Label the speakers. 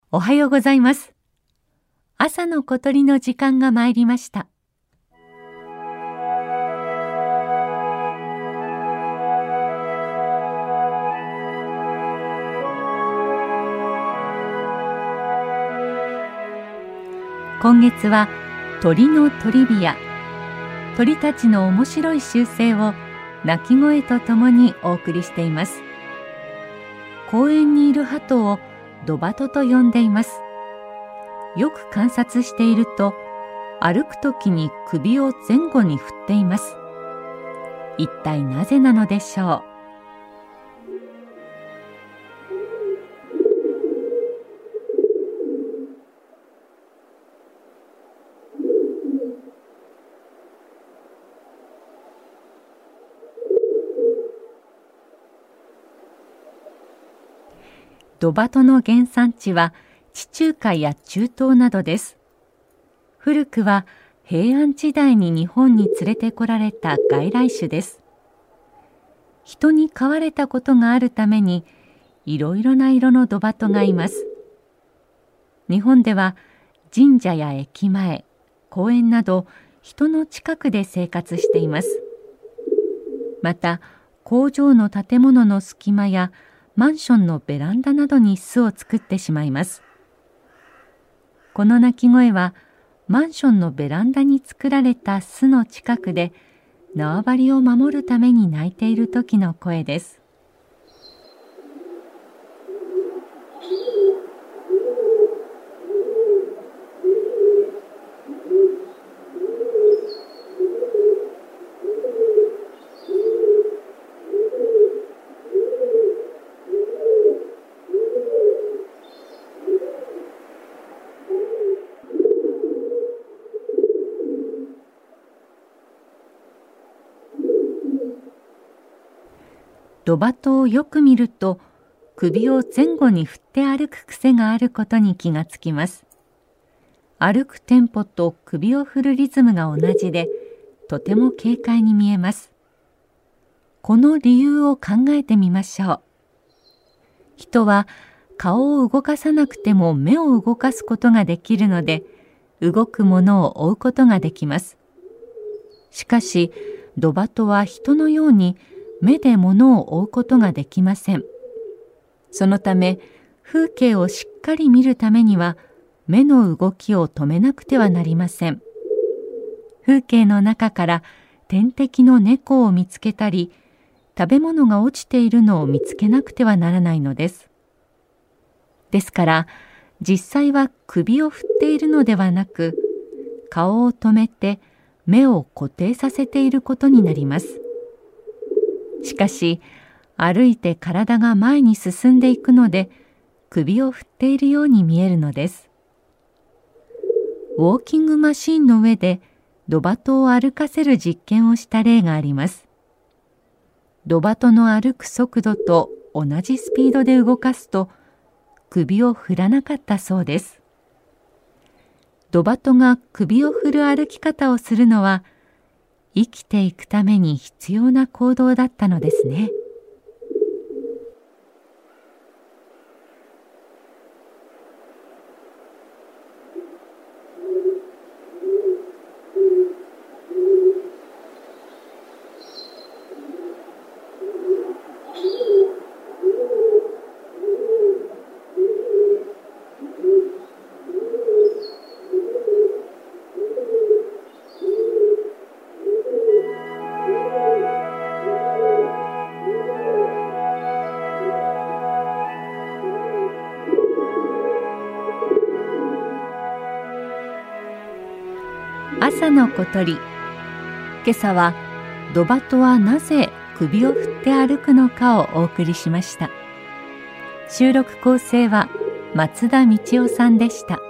Speaker 1: おはようございます。朝の小鳥の時間が参りました。今月は鳥のトリビア、鳥たちの面白い習性を鳴き声とともにお送りしています。公園にいる鳩をドバトと呼んでいます。よく観察していると、歩くときに首を前後に振っています。一体なぜなのでしょう。ドバトの原産地は地中海や中東などです。古くは平安時代に日本に連れてこられた外来種です。人に飼われたことがあるためにいろいろな色のドバトがいます。日本では神社や駅前、公園など人の近くで生活しています。また工場の建物の隙間やマンションのベランダなどに巣を作ってしまいます。この鳴き声はマンションのベランダに作られた巣の近くで縄張りを守るために鳴いている時の声です。ドバトをよく見ると、首を前後に振って歩く癖があることに気がつきます。歩くテンポと首を振るリズムが同じで、とても軽快に見えます。この理由を考えてみましょう。人は顔を動かさなくても目を動かすことができるので、動くものを追うことができます。しかし、ドバトは人のように目で物を追うことができません。そのため、風景をしっかり見るためには、目の動きを止めなくてはなりません。風景の中から天敵の猫を見つけたり、食べ物が落ちているのを見つけなくてはならないのです。ですから、実際は首を振っているのではなく、顔を止めて目を固定させていることになります。しかし、歩いて体が前に進んでいくので、首を振っているように見えるのです。ウォーキングマシーンの上でドバトを歩かせる実験をした例があります。ドバトの歩く速度と同じスピードで動かすと、首を振らなかったそうです。ドバトが首を振る歩き方をするのは、生きていくために必要な行動だったのですね。朝の小鳥。今朝はドバトはなぜ首を振って歩くのかをお送りしました。収録構成は松田道夫さんでした。